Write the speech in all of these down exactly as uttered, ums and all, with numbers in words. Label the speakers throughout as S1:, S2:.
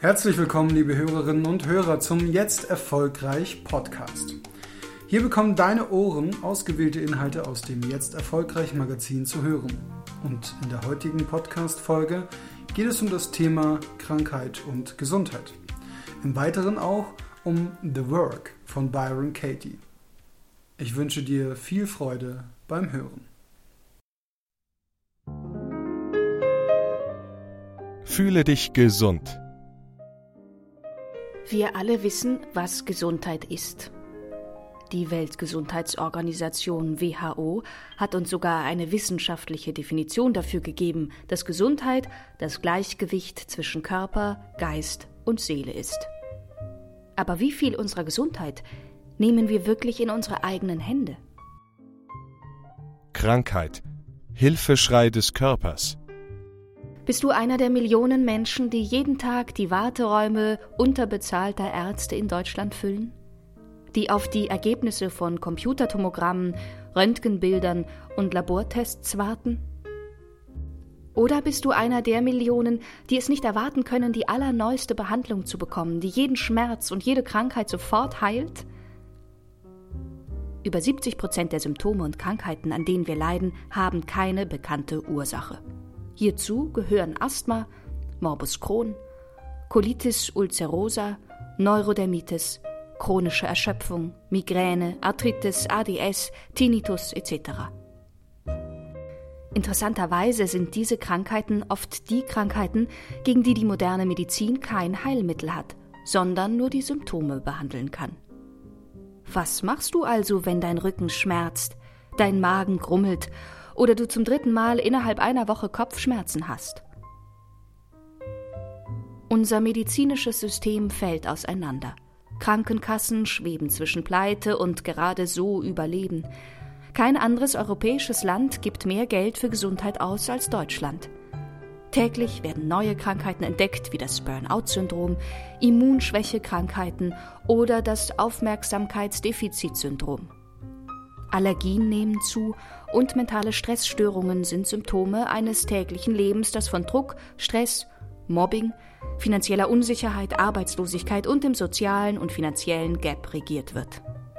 S1: Herzlich willkommen, liebe Hörerinnen und Hörer, zum Jetzt Erfolgreich Podcast. Hier bekommen deine Ohren ausgewählte Inhalte aus dem Jetzt Erfolgreich Magazin zu hören. Und in der heutigen Podcast-Folge geht es um das Thema Krankheit und Gesundheit. Im Weiteren auch um The Work von Byron Katie. Ich wünsche dir viel Freude beim Hören.
S2: Fühle dich gesund.
S3: Wir alle wissen, was Gesundheit ist. Die Weltgesundheitsorganisation W H O hat uns sogar eine wissenschaftliche Definition dafür gegeben, dass Gesundheit das Gleichgewicht zwischen Körper, Geist und Seele ist. Aber wie viel unserer Gesundheit nehmen wir wirklich in unsere eigenen Hände?
S2: Krankheit. Hilfeschrei des Körpers.
S3: Bist du einer der Millionen Menschen, die jeden Tag die Warteräume unterbezahlter Ärzte in Deutschland füllen? Die auf die Ergebnisse von Computertomogrammen, Röntgenbildern und Labortests warten? Oder bist du einer der Millionen, die es nicht erwarten können, die allerneueste Behandlung zu bekommen, die jeden Schmerz und jede Krankheit sofort heilt? Über siebzig Prozent der Symptome und Krankheiten, an denen wir leiden, haben keine bekannte Ursache. Hierzu gehören Asthma, Morbus Crohn, Colitis ulcerosa, Neurodermitis, chronische Erschöpfung, Migräne, Arthritis, A D S, Tinnitus et cetera. Interessanterweise sind diese Krankheiten oft die Krankheiten, gegen die die moderne Medizin kein Heilmittel hat, sondern nur die Symptome behandeln kann. Was machst du also, wenn dein Rücken schmerzt, dein Magen grummelt oder du zum dritten Mal innerhalb einer Woche Kopfschmerzen hast? Unser medizinisches System fällt auseinander. Krankenkassen schweben zwischen Pleite und gerade so Überleben. Kein anderes europäisches Land gibt mehr Geld für Gesundheit aus als Deutschland. Täglich werden neue Krankheiten entdeckt, wie das Burnout-Syndrom, Immunschwächekrankheiten oder das Aufmerksamkeitsdefizitsyndrom. Allergien nehmen zu und mentale Stressstörungen sind Symptome eines täglichen Lebens, das von Druck, Stress, Mobbing, finanzieller Unsicherheit, Arbeitslosigkeit und dem sozialen und finanziellen Gap regiert wird.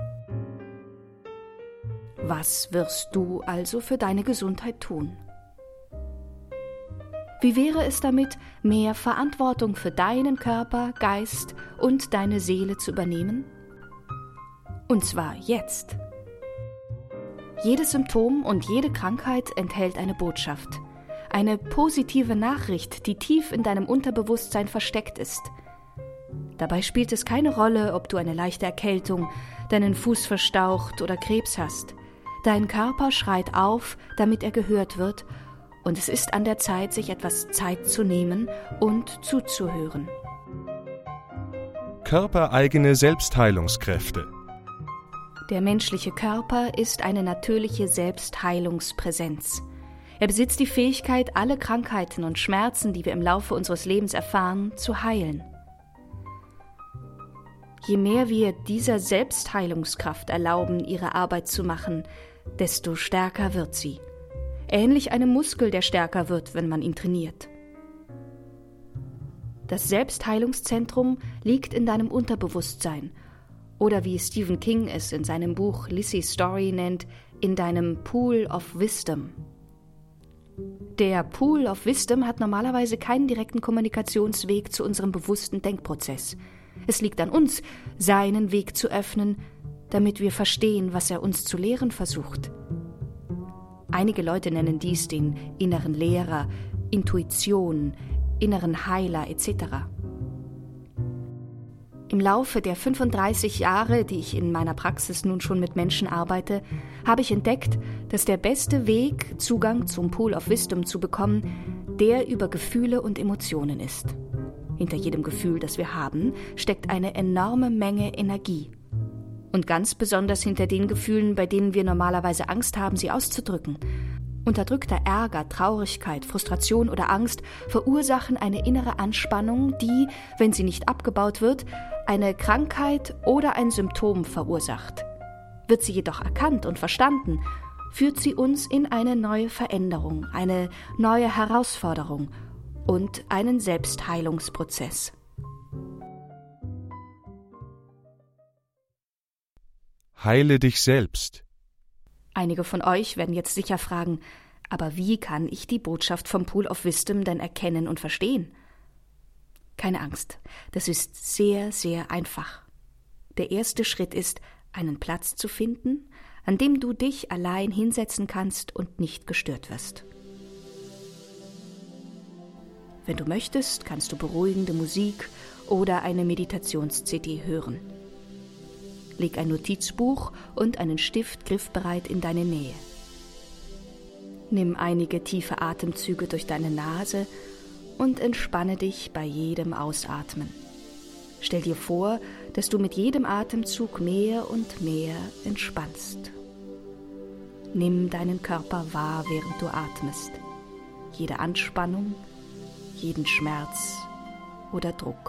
S3: Was wirst du also für deine Gesundheit tun? Wie wäre es damit, mehr Verantwortung für deinen Körper, Geist und deine Seele zu übernehmen? Und zwar jetzt. Jedes Symptom und jede Krankheit enthält eine Botschaft. Eine positive Nachricht, die tief in deinem Unterbewusstsein versteckt ist. Dabei spielt es keine Rolle, ob du eine leichte Erkältung, deinen Fuß verstaucht oder Krebs hast. Dein Körper schreit auf, damit er gehört wird, und es ist an der Zeit, sich etwas Zeit zu nehmen und zuzuhören.
S2: Körpereigene Selbstheilungskräfte.
S3: Der menschliche Körper ist eine natürliche Selbstheilungspräsenz. Er besitzt die Fähigkeit, alle Krankheiten und Schmerzen, die wir im Laufe unseres Lebens erfahren, zu heilen. Je mehr wir dieser Selbstheilungskraft erlauben, ihre Arbeit zu machen, desto stärker wird sie. Ähnlich einem Muskel, der stärker wird, wenn man ihn trainiert. Das Selbstheilungszentrum liegt in deinem Unterbewusstsein oder wie Stephen King es in seinem Buch Lizzie's Story nennt, in deinem Pool of Wisdom. Der Pool of Wisdom hat normalerweise keinen direkten Kommunikationsweg zu unserem bewussten Denkprozess. Es liegt an uns, seinen Weg zu öffnen, damit wir verstehen, was er uns zu lehren versucht. Einige Leute nennen dies den inneren Lehrer, Intuition, inneren Heiler et cetera. Im Laufe der fünfunddreißig Jahre, die ich in meiner Praxis nun schon mit Menschen arbeite, habe ich entdeckt, dass der beste Weg, Zugang zum Pool of Wisdom zu bekommen, der über Gefühle und Emotionen ist. Hinter jedem Gefühl, das wir haben, steckt eine enorme Menge Energie. Und ganz besonders hinter den Gefühlen, bei denen wir normalerweise Angst haben, sie auszudrücken. Unterdrückter Ärger, Traurigkeit, Frustration oder Angst verursachen eine innere Anspannung, die, wenn sie nicht abgebaut wird, eine Krankheit oder ein Symptom verursacht. Wird sie jedoch erkannt und verstanden, führt sie uns in eine neue Veränderung, eine neue Herausforderung und einen Selbstheilungsprozess.
S2: Heile dich selbst.
S3: Einige von euch werden jetzt sicher fragen, aber wie kann ich die Botschaft vom Pool of Wisdom denn erkennen und verstehen? Keine Angst, das ist sehr, sehr einfach. Der erste Schritt ist, einen Platz zu finden, an dem du dich allein hinsetzen kannst und nicht gestört wirst. Wenn du möchtest, kannst du beruhigende Musik oder eine Meditations-C D hören. Leg ein Notizbuch und einen Stift griffbereit in deine Nähe. Nimm einige tiefe Atemzüge durch deine Nase und entspanne dich bei jedem Ausatmen. Stell dir vor, dass du mit jedem Atemzug mehr und mehr entspannst. Nimm deinen Körper wahr, während du atmest. Jede Anspannung, jeden Schmerz oder Druck.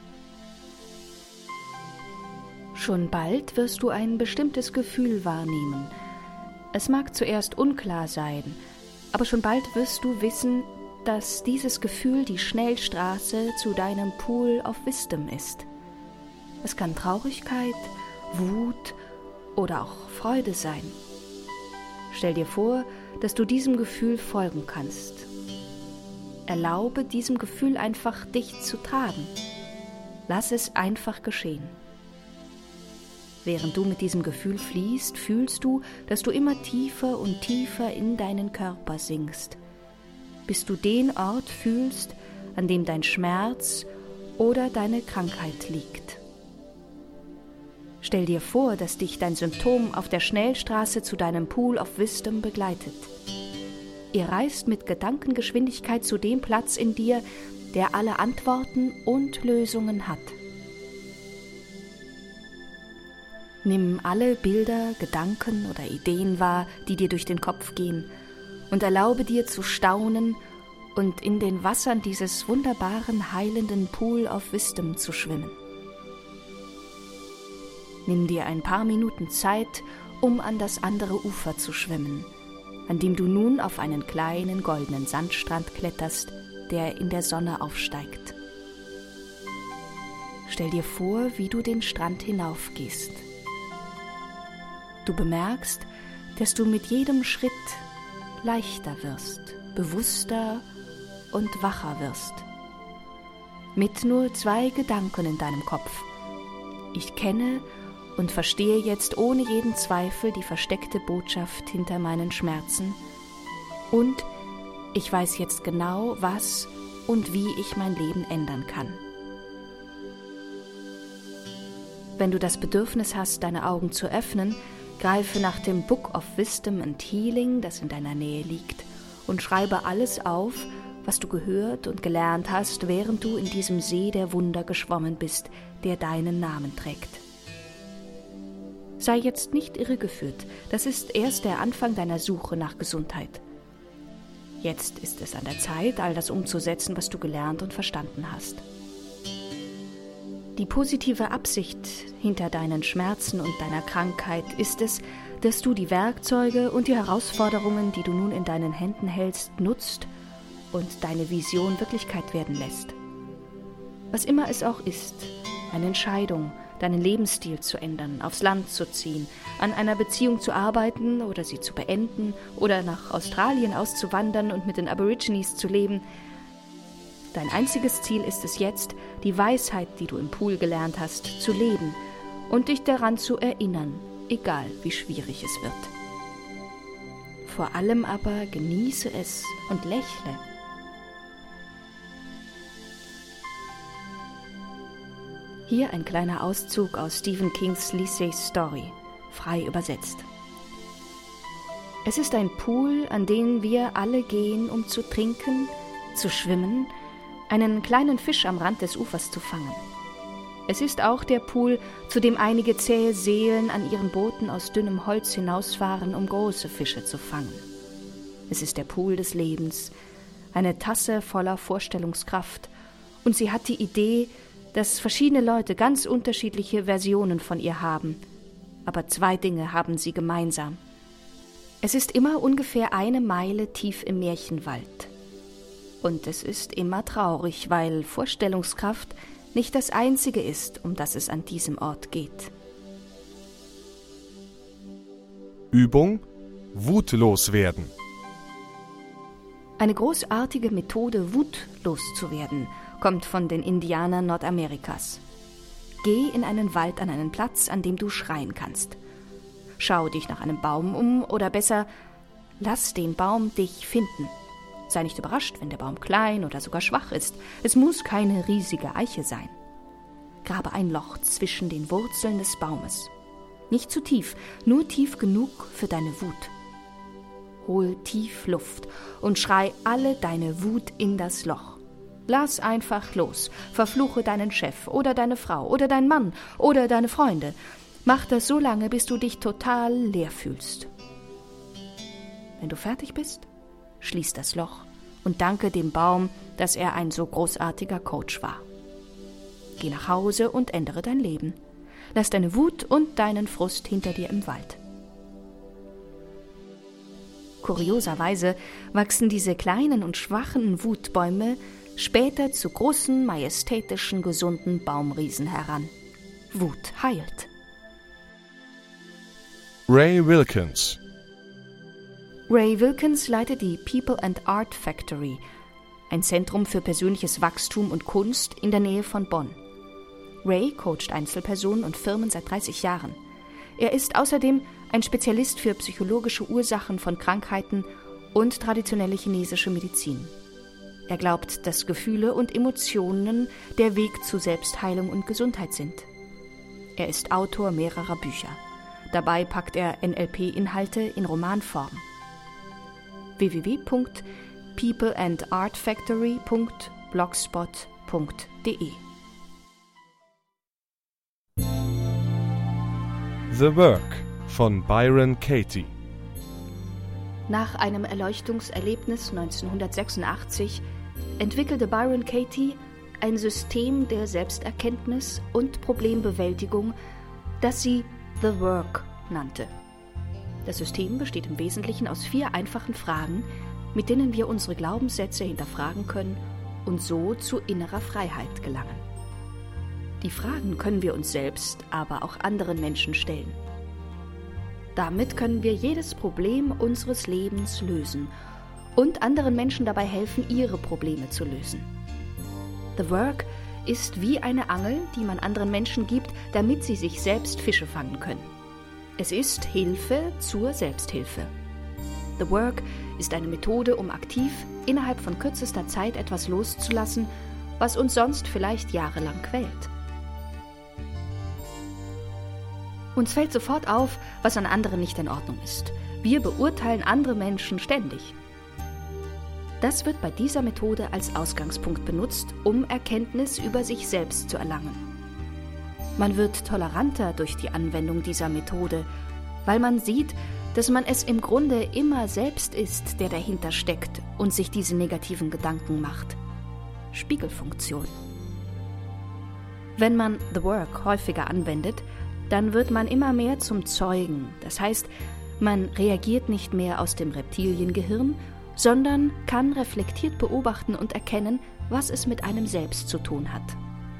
S3: Schon bald wirst du ein bestimmtes Gefühl wahrnehmen. Es mag zuerst unklar sein, aber schon bald wirst du wissen, dass dieses Gefühl die Schnellstraße zu deinem Pool of Wisdom ist. Es kann Traurigkeit, Wut oder auch Freude sein. Stell dir vor, dass du diesem Gefühl folgen kannst. Erlaube diesem Gefühl einfach, dich zu tragen. Lass es einfach geschehen. Während du mit diesem Gefühl fließt, fühlst du, dass du immer tiefer und tiefer in deinen Körper sinkst, bis du den Ort fühlst, an dem dein Schmerz oder deine Krankheit liegt. Stell dir vor, dass dich dein Symptom auf der Schnellstraße zu deinem Pool of Wisdom begleitet. Ihr reist mit Gedankengeschwindigkeit zu dem Platz in dir, der alle Antworten und Lösungen hat. Nimm alle Bilder, Gedanken oder Ideen wahr, die dir durch den Kopf gehen, und erlaube dir zu staunen und in den Wassern dieses wunderbaren, heilenden Pool of Wisdom zu schwimmen. Nimm dir ein paar Minuten Zeit, um an das andere Ufer zu schwimmen, an dem du nun auf einen kleinen goldenen Sandstrand kletterst, der in der Sonne aufsteigt. Stell dir vor, wie du den Strand hinaufgehst. Du bemerkst, dass du mit jedem Schritt leichter wirst, bewusster und wacher wirst. Mit nur zwei Gedanken in deinem Kopf. Ich kenne und verstehe jetzt ohne jeden Zweifel die versteckte Botschaft hinter meinen Schmerzen. Und ich weiß jetzt genau, was und wie ich mein Leben ändern kann. Wenn du das Bedürfnis hast, deine Augen zu öffnen, greife nach dem Book of Wisdom and Healing, das in deiner Nähe liegt, und schreibe alles auf, was du gehört und gelernt hast, während du in diesem See der Wunder geschwommen bist, der deinen Namen trägt. Sei jetzt nicht irregeführt, das ist erst der Anfang deiner Suche nach Gesundheit. Jetzt ist es an der Zeit, all das umzusetzen, was du gelernt und verstanden hast. Die positive Absicht hinter deinen Schmerzen und deiner Krankheit ist es, dass du die Werkzeuge und die Herausforderungen, die du nun in deinen Händen hältst, nutzt und deine Vision Wirklichkeit werden lässt. Was immer es auch ist, eine Entscheidung, deinen Lebensstil zu ändern, aufs Land zu ziehen, an einer Beziehung zu arbeiten oder sie zu beenden oder nach Australien auszuwandern und mit den Aborigines zu leben. Dein einziges Ziel ist es jetzt, die Weisheit, die du im Pool gelernt hast, zu leben und dich daran zu erinnern, egal wie schwierig es wird. Vor allem aber genieße es und lächle. Hier ein kleiner Auszug aus Stephen Kings Lisey's Story, frei übersetzt. Es ist ein Pool, an den wir alle gehen, um zu trinken, zu schwimmen, einen kleinen Fisch am Rand des Ufers zu fangen. Es ist auch der Pool, zu dem einige zähe Seelen an ihren Booten aus dünnem Holz hinausfahren, um große Fische zu fangen. Es ist der Pool des Lebens, eine Tasse voller Vorstellungskraft, und sie hat die Idee, dass verschiedene Leute ganz unterschiedliche Versionen von ihr haben, aber zwei Dinge haben sie gemeinsam. Es ist immer ungefähr eine Meile tief im Märchenwald. Und es ist immer traurig, weil Vorstellungskraft nicht das Einzige ist, um das es an diesem Ort geht.
S2: Übung: Wutlos werden.
S3: Eine großartige Methode, wutlos zu werden, kommt von den Indianern Nordamerikas. Geh in einen Wald an einen Platz, an dem du schreien kannst. Schau dich nach einem Baum um oder besser, lass den Baum dich finden. Sei nicht überrascht, wenn der Baum klein oder sogar schwach ist. Es muss keine riesige Eiche sein. Grabe ein Loch zwischen den Wurzeln des Baumes. Nicht zu tief, nur tief genug für deine Wut. Hol tief Luft und schrei alle deine Wut in das Loch. Lass einfach los. Verfluche deinen Chef oder deine Frau oder deinen Mann oder deine Freunde. Mach das so lange, bis du dich total leer fühlst. Wenn du fertig bist, schließ das Loch und danke dem Baum, dass er ein so großartiger Coach war. Geh nach Hause und ändere dein Leben. Lass deine Wut und deinen Frust hinter dir im Wald. Kurioserweise wachsen diese kleinen und schwachen Wutbäume später zu großen, majestätischen, gesunden Baumriesen heran. Wut heilt.
S2: Ray Wilkins.
S3: Ray Wilkins leitet die People and Art Factory, ein Zentrum für persönliches Wachstum und Kunst in der Nähe von Bonn. Ray coacht Einzelpersonen und Firmen seit dreißig Jahren. Er ist außerdem ein Spezialist für psychologische Ursachen von Krankheiten und traditionelle chinesische Medizin. Er glaubt, dass Gefühle und Emotionen der Weg zu Selbstheilung und Gesundheit sind. Er ist Autor mehrerer Bücher. Dabei packt er N L P-Inhalte in Romanform. w w w punkt people and art factory punkt blogspot punkt d e
S2: The Work von Byron Katie.
S3: Nach einem Erleuchtungserlebnis neunzehnhundertsechsundachtzig entwickelte Byron Katie ein System der Selbsterkenntnis und Problembewältigung, das sie The Work nannte. Das System besteht im Wesentlichen aus vier einfachen Fragen, mit denen wir unsere Glaubenssätze hinterfragen können und so zu innerer Freiheit gelangen. Die Fragen können wir uns selbst, aber auch anderen Menschen stellen. Damit können wir jedes Problem unseres Lebens lösen und anderen Menschen dabei helfen, ihre Probleme zu lösen. The Work ist wie eine Angel, die man anderen Menschen gibt, damit sie sich selbst Fische fangen können. Es ist Hilfe zur Selbsthilfe. The Work ist eine Methode, um aktiv innerhalb von kürzester Zeit etwas loszulassen, was uns sonst vielleicht jahrelang quält. Uns fällt sofort auf, was an anderen nicht in Ordnung ist. Wir beurteilen andere Menschen ständig. Das wird bei dieser Methode als Ausgangspunkt benutzt, um Erkenntnis über sich selbst zu erlangen. Man wird toleranter durch die Anwendung dieser Methode, weil man sieht, dass man es im Grunde immer selbst ist, der dahinter steckt und sich diese negativen Gedanken macht. Spiegelfunktion. Wenn man The Work häufiger anwendet, dann wird man immer mehr zum Zeugen. Das heißt, man reagiert nicht mehr aus dem Reptiliengehirn, sondern kann reflektiert beobachten und erkennen, was es mit einem selbst zu tun hat.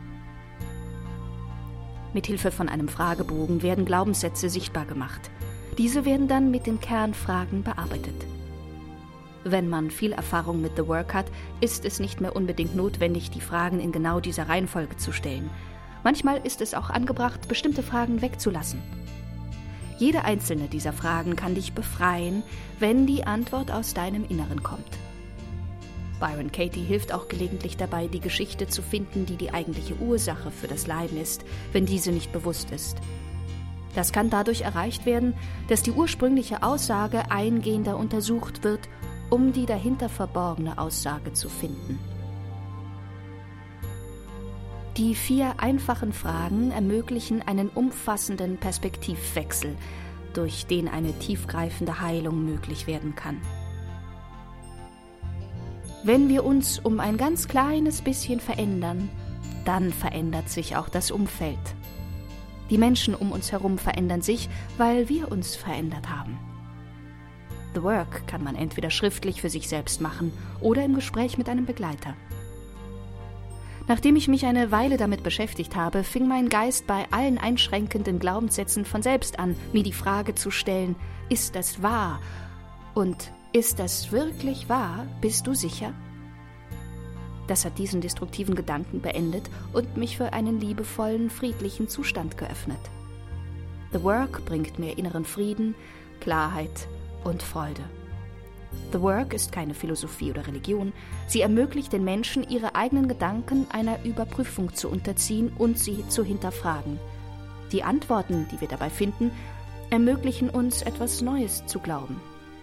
S3: Mithilfe von einem Fragebogen werden Glaubenssätze sichtbar gemacht. Diese werden dann mit den Kernfragen bearbeitet. Wenn man viel Erfahrung mit The Work hat, ist es nicht mehr unbedingt notwendig, die Fragen in genau dieser Reihenfolge zu stellen. Manchmal ist es auch angebracht, bestimmte Fragen wegzulassen. Jede einzelne dieser Fragen kann dich befreien, wenn die Antwort aus deinem Inneren kommt. Byron Katie hilft auch gelegentlich dabei, die Geschichte zu finden, die die eigentliche Ursache für das Leiden ist, wenn diese nicht bewusst ist. Das kann dadurch erreicht werden, dass die ursprüngliche Aussage eingehender untersucht wird, um die dahinter verborgene Aussage zu finden. Die vier einfachen Fragen ermöglichen einen umfassenden Perspektivwechsel, durch den eine tiefgreifende Heilung möglich werden kann. Wenn wir uns um ein ganz kleines bisschen verändern, dann verändert sich auch das Umfeld. Die Menschen um uns herum verändern sich, weil wir uns verändert haben. The Work kann man entweder schriftlich für sich selbst machen oder im Gespräch mit einem Begleiter. Nachdem ich mich eine Weile damit beschäftigt habe, fing mein Geist bei allen einschränkenden Glaubenssätzen von selbst an, mir die Frage zu stellen, ist das wahr? Und ist das wirklich wahr? Bist du sicher? Das hat diesen destruktiven Gedanken beendet und mich für einen liebevollen, friedlichen Zustand geöffnet. The Work bringt mir inneren Frieden, Klarheit und Freude. The Work ist keine Philosophie oder Religion. Sie ermöglicht den Menschen, ihre eigenen Gedanken einer Überprüfung zu unterziehen und sie zu hinterfragen. Die Antworten, die wir dabei finden, ermöglichen uns, etwas Neues zu glauben.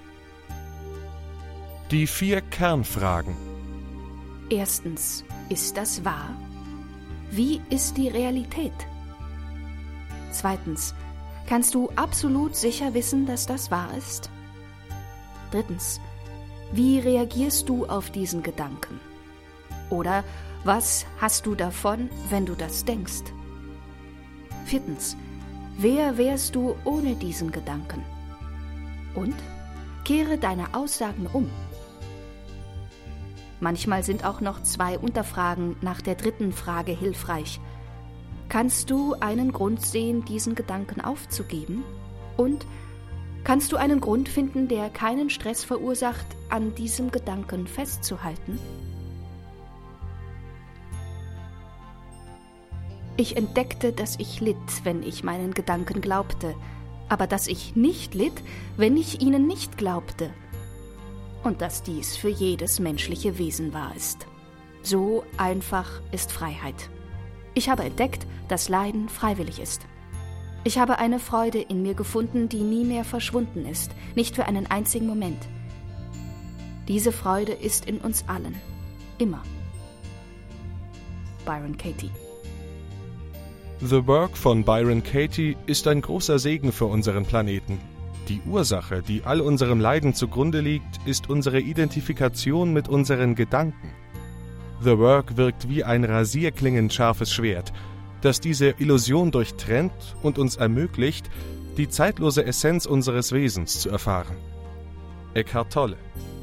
S2: Die vier Kernfragen.
S3: Erstens, ist das wahr? Wie ist die Realität? Zweitens, kannst du absolut sicher wissen, dass das wahr ist? Drittens, wie reagierst du auf diesen Gedanken? Oder was hast du davon, wenn du das denkst? Viertens, wer wärst du ohne diesen Gedanken? Und kehre deine Aussagen um. Manchmal sind auch noch zwei Unterfragen nach der dritten Frage hilfreich. Kannst du einen Grund sehen, diesen Gedanken aufzugeben? Und kannst du einen Grund finden, der keinen Stress verursacht, an diesem Gedanken festzuhalten? Ich entdeckte, dass ich litt, wenn ich meinen Gedanken glaubte, aber dass ich nicht litt, wenn ich ihnen nicht glaubte. Und dass dies für jedes menschliche Wesen wahr ist. So einfach ist Freiheit. Ich habe entdeckt, dass Leiden freiwillig ist. Ich habe eine Freude in mir gefunden, die nie mehr verschwunden ist, nicht für einen einzigen Moment. Diese Freude ist in uns allen, immer. Byron Katie.
S2: The Work von Byron Katie ist ein großer Segen für unseren Planeten. Die Ursache, die all unserem Leiden zugrunde liegt, ist unsere Identifikation mit unseren Gedanken. The Work wirkt wie ein rasierklingenscharfes Schwert, das diese Illusion durchtrennt und uns ermöglicht, die zeitlose Essenz unseres Wesens zu erfahren. Eckhart Tolle.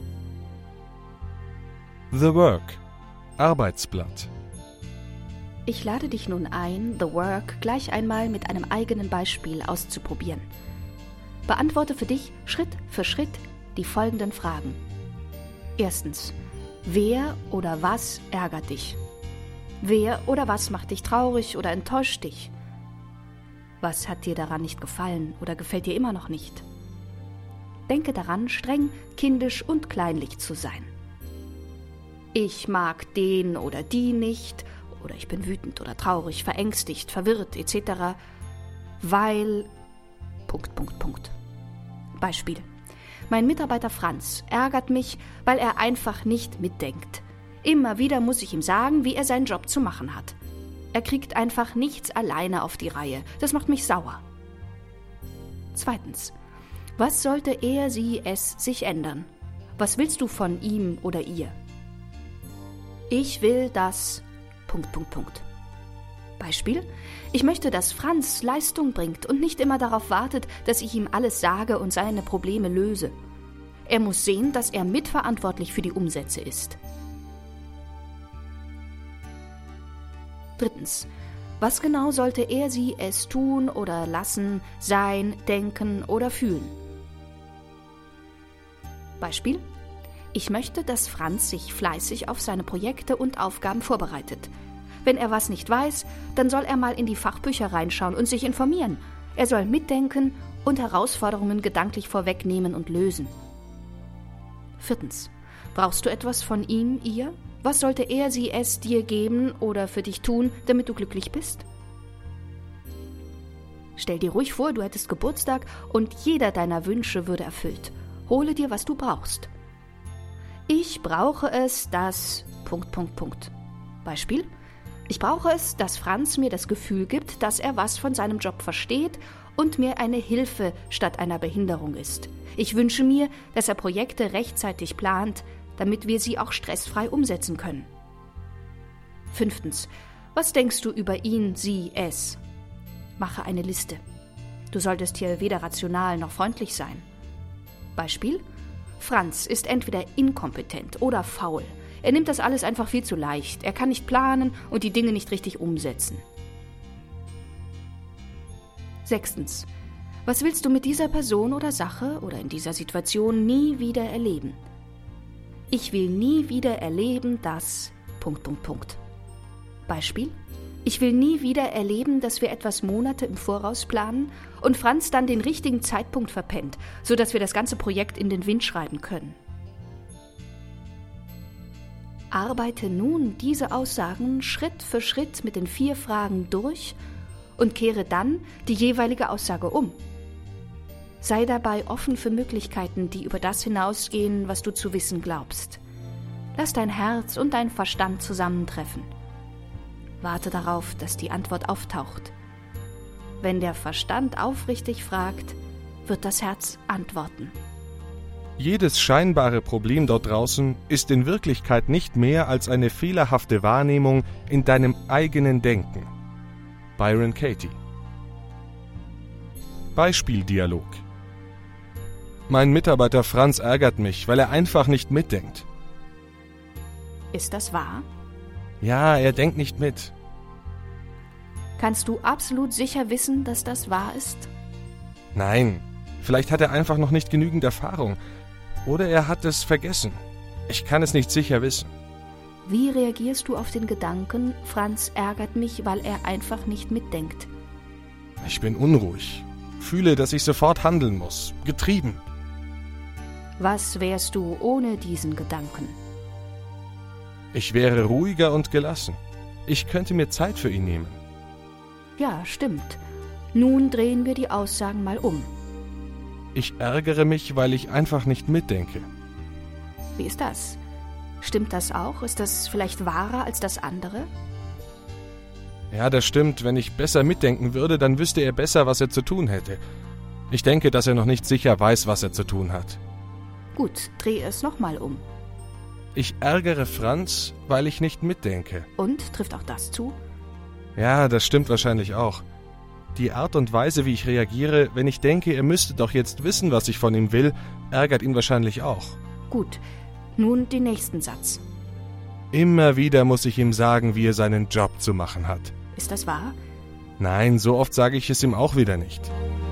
S2: The Work. Arbeitsblatt.
S3: Ich lade dich nun ein, The Work gleich einmal mit einem eigenen Beispiel auszuprobieren. Beantworte für dich Schritt für Schritt die folgenden Fragen. Erstens, wer oder was ärgert dich? Wer oder was macht dich traurig oder enttäuscht dich? Was hat dir daran nicht gefallen oder gefällt dir immer noch nicht? Denke daran, streng, kindisch und kleinlich zu sein. Ich mag den oder die nicht oder ich bin wütend oder traurig, verängstigt, verwirrt et cetera, weil... Punkt, Punkt, Punkt. Beispiel. Mein Mitarbeiter Franz ärgert mich, weil er einfach nicht mitdenkt. Immer wieder muss ich ihm sagen, wie er seinen Job zu machen hat. Er kriegt einfach nichts alleine auf die Reihe. Das macht mich sauer. Zweitens. Was sollte er, sie, es sich ändern? Was willst du von ihm oder ihr? Ich will, dass... Punkt, Punkt, Punkt. Beispiel. Ich möchte, dass Franz Leistung bringt und nicht immer darauf wartet, dass ich ihm alles sage und seine Probleme löse. Er muss sehen, dass er mitverantwortlich für die Umsätze ist. Drittens. Was genau sollte er, sie, es tun oder lassen, sein, denken oder fühlen? Beispiel. Ich möchte, dass Franz sich fleißig auf seine Projekte und Aufgaben vorbereitet. Wenn er was nicht weiß, dann soll er mal in die Fachbücher reinschauen und sich informieren. Er soll mitdenken und Herausforderungen gedanklich vorwegnehmen und lösen. Viertens. Brauchst du etwas von ihm, ihr? Was sollte er, sie, es dir geben oder für dich tun, damit du glücklich bist? Stell dir ruhig vor, du hättest Geburtstag und jeder deiner Wünsche würde erfüllt. Hole dir, was du brauchst. Ich brauche es, dass... Punkt, Punkt, Punkt. Beispiel. Ich brauche es, dass Franz mir das Gefühl gibt, dass er was von seinem Job versteht und mir eine Hilfe statt einer Behinderung ist. Ich wünsche mir, dass er Projekte rechtzeitig plant, damit wir sie auch stressfrei umsetzen können. Fünftens. Was denkst du über ihn, sie, es? Mache eine Liste. Du solltest hier weder rational noch freundlich sein. Beispiel. Franz ist entweder inkompetent oder faul. Er nimmt das alles einfach viel zu leicht. Er kann nicht planen und die Dinge nicht richtig umsetzen. Sechstens. Was willst du mit dieser Person oder Sache oder in dieser Situation nie wieder erleben? Ich will nie wieder erleben, dass... Punkt, Punkt, Punkt. Beispiel: Ich will nie wieder erleben, dass wir etwas Monate im Voraus planen und Franz dann den richtigen Zeitpunkt verpennt, sodass wir das ganze Projekt in den Wind schreiben können. Arbeite nun diese Aussagen Schritt für Schritt mit den vier Fragen durch und kehre dann die jeweilige Aussage um. Sei dabei offen für Möglichkeiten, die über das hinausgehen, was du zu wissen glaubst. Lass dein Herz und dein Verstand zusammentreffen. Warte darauf, dass die Antwort auftaucht. Wenn der Verstand aufrichtig fragt, wird das Herz antworten.
S2: Jedes scheinbare Problem dort draußen ist in Wirklichkeit nicht mehr als eine fehlerhafte Wahrnehmung in deinem eigenen Denken. Byron Katie. Beispieldialog. Mein Mitarbeiter Franz ärgert mich, weil er einfach nicht mitdenkt.
S3: Ist das wahr?
S2: Ja, er denkt nicht mit.
S3: Kannst du absolut sicher wissen, dass das wahr ist?
S2: Nein, vielleicht hat er einfach noch nicht genügend Erfahrung. Oder er hat es vergessen. Ich kann es nicht sicher wissen.
S3: Wie reagierst du auf den Gedanken, Franz ärgert mich, weil er einfach nicht mitdenkt?
S2: Ich bin unruhig. Fühle, dass ich sofort handeln muss. Getrieben.
S3: Was wärst du ohne diesen Gedanken?
S2: Ich wäre ruhiger und gelassen. Ich könnte mir Zeit für ihn nehmen.
S3: Ja, stimmt. Nun drehen wir die Aussagen mal um.
S2: Ich ärgere mich, weil ich einfach nicht mitdenke.
S3: Wie ist das? Stimmt das auch? Ist das vielleicht wahrer als das andere?
S2: Ja, das stimmt. Wenn ich besser mitdenken würde, dann wüsste er besser, was er zu tun hätte. Ich denke, dass er noch nicht sicher weiß, was er zu tun hat.
S3: Gut, dreh es nochmal um.
S2: Ich ärgere Franz, weil ich nicht mitdenke.
S3: Und? Trifft auch das zu?
S2: Ja, das stimmt wahrscheinlich auch. Die Art und Weise, wie ich reagiere, wenn ich denke, er müsste doch jetzt wissen, was ich von ihm will, ärgert ihn wahrscheinlich auch.
S3: Gut, nun den nächsten Satz.
S2: Immer wieder muss ich ihm sagen, wie er seinen Job zu machen hat.
S3: Ist das wahr?
S2: Nein, so oft sage ich es ihm auch wieder nicht.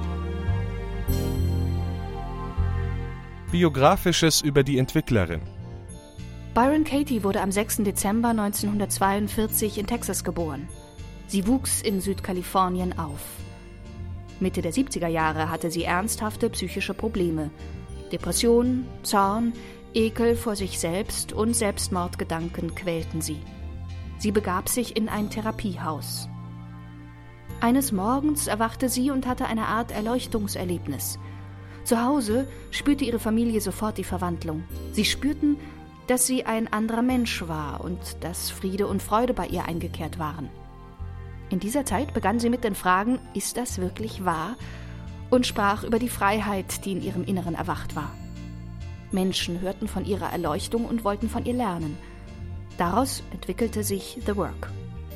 S2: Biografisches über die Entwicklerin.
S3: Byron Katie wurde am sechsten Dezember neunzehnhundertzweiundvierzig in Texas geboren. Sie wuchs in Südkalifornien auf. Mitte der siebziger Jahre hatte sie ernsthafte psychische Probleme. Depression, Zorn, Ekel vor sich selbst und Selbstmordgedanken quälten sie. Sie begab sich in ein Therapiehaus. Eines Morgens erwachte sie und hatte eine Art Erleuchtungserlebnis. Zu Hause spürte ihre Familie sofort die Verwandlung. Sie spürten, dass sie ein anderer Mensch war und dass Friede und Freude bei ihr eingekehrt waren. In dieser Zeit begann sie mit den Fragen, ist das wirklich wahr? Und sprach über die Freiheit, die in ihrem Inneren erwacht war. Menschen hörten von ihrer Erleuchtung und wollten von ihr lernen. Daraus entwickelte sich The Work.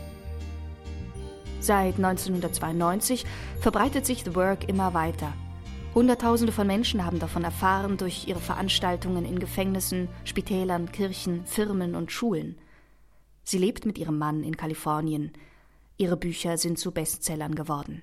S3: Seit neunzehnhundertzweiundneunzig verbreitet sich The Work immer weiter. Hunderttausende von Menschen haben davon erfahren durch ihre Veranstaltungen in Gefängnissen, Spitälern, Kirchen, Firmen und Schulen. Sie lebt mit ihrem Mann in Kalifornien. Ihre Bücher sind zu Bestsellern geworden.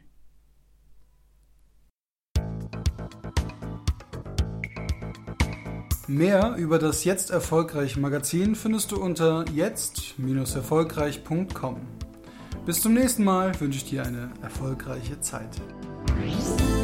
S1: Mehr über das Jetzt Erfolgreich Magazin findest du unter jetzt Bindestrich erfolgreich Punkt com. Bis zum nächsten Mal wünsche ich dir eine erfolgreiche Zeit.